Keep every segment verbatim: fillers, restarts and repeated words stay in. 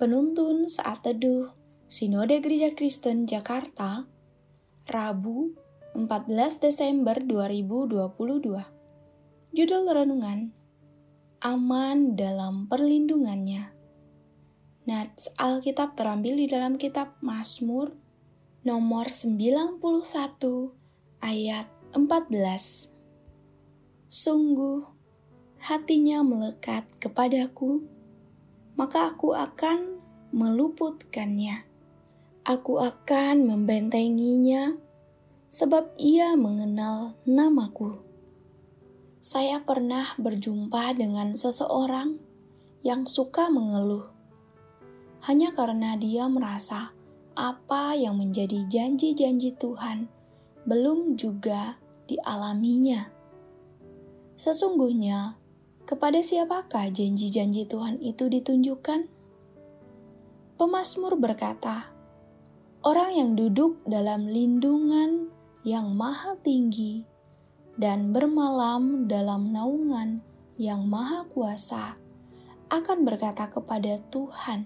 Penuntun Saat Teduh Sinode Gereja Kristen Jakarta, Rabu empat belas Desember dua ribu dua puluh dua. Judul renungan, Aman dalam Perlindungannya. Nats Alkitab terambil di dalam kitab Mazmur nomor sembilan puluh satu ayat empat belas. Sungguh, hatinya melekat kepadaku, maka aku akan meluputkannya. Aku akan membentenginya, sebab ia mengenal namaku. Saya pernah berjumpa dengan seseorang yang suka mengeluh, hanya karena dia merasa apa yang menjadi janji-janji Tuhan belum juga dialaminya. Sesungguhnya, kepada siapakah janji-janji Tuhan itu ditunjukkan? Pemazmur berkata, orang yang duduk dalam lindungan yang maha tinggi dan bermalam dalam naungan yang maha kuasa akan berkata kepada Tuhan,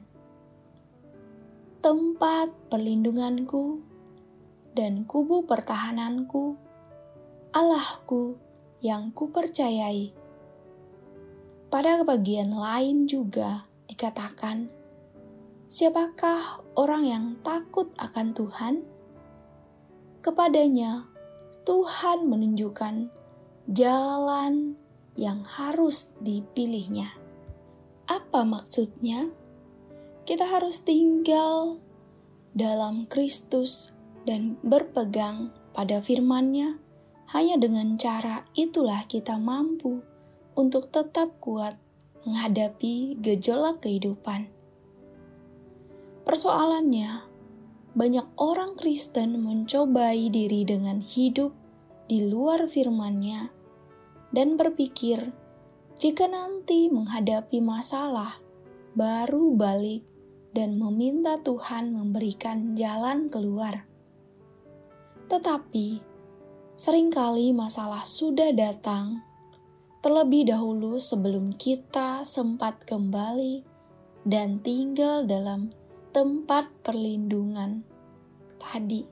tempat perlindunganku dan kubu pertahananku, Allahku yang kupercayai. Pada bagian lain juga dikatakan, siapakah orang yang takut akan Tuhan? Kepadanya Tuhan menunjukkan jalan yang harus dipilihnya. Apa maksudnya? Kita harus tinggal dalam Kristus dan berpegang pada firman-Nya. Hanya dengan cara itulah kita mampu untuk tetap kuat menghadapi gejolak kehidupan. Persoalannya, banyak orang Kristen mencobai diri dengan hidup di luar firman-Nya dan berpikir jika nanti menghadapi masalah, baru balik dan meminta Tuhan memberikan jalan keluar. Tetapi, seringkali masalah sudah datang terlebih dahulu sebelum kita sempat kembali dan tinggal dalam tempat perlindungan tadi.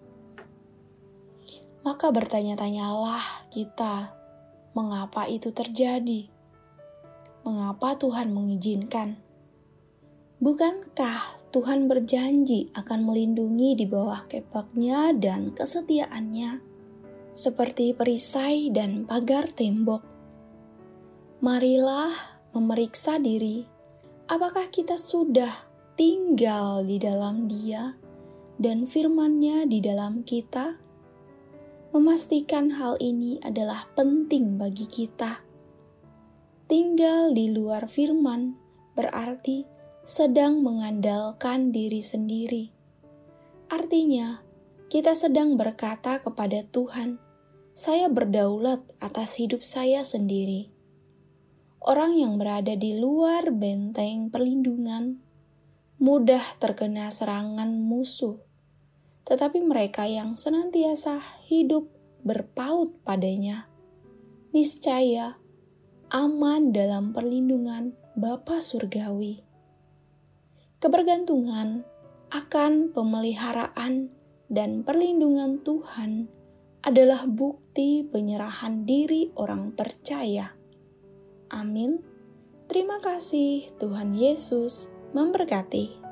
Maka bertanya-tanyalah kita, mengapa itu terjadi? Mengapa Tuhan mengizinkan? Bukankah Tuhan berjanji akan melindungi di bawah kepak-Nya dan kesetiaan-Nya? Seperti perisai dan pagar tembok. Marilah memeriksa diri, apakah kita sudah tinggal di dalam Dia dan firman-Nya di dalam kita? Memastikan hal ini adalah penting bagi kita. Tinggal di luar firman berarti sedang mengandalkan diri sendiri. Artinya, kita sedang berkata kepada Tuhan, saya berdaulat atas hidup saya sendiri. Orang yang berada di luar benteng perlindungan mudah terkena serangan musuh, tetapi mereka yang senantiasa hidup berpaut padanya, niscaya aman dalam perlindungan Bapa Surgawi. Kebergantungan akan pemeliharaan dan perlindungan Tuhan adalah bukti penyerahan diri orang percaya. Amin. Terima kasih, Tuhan Yesus memberkati.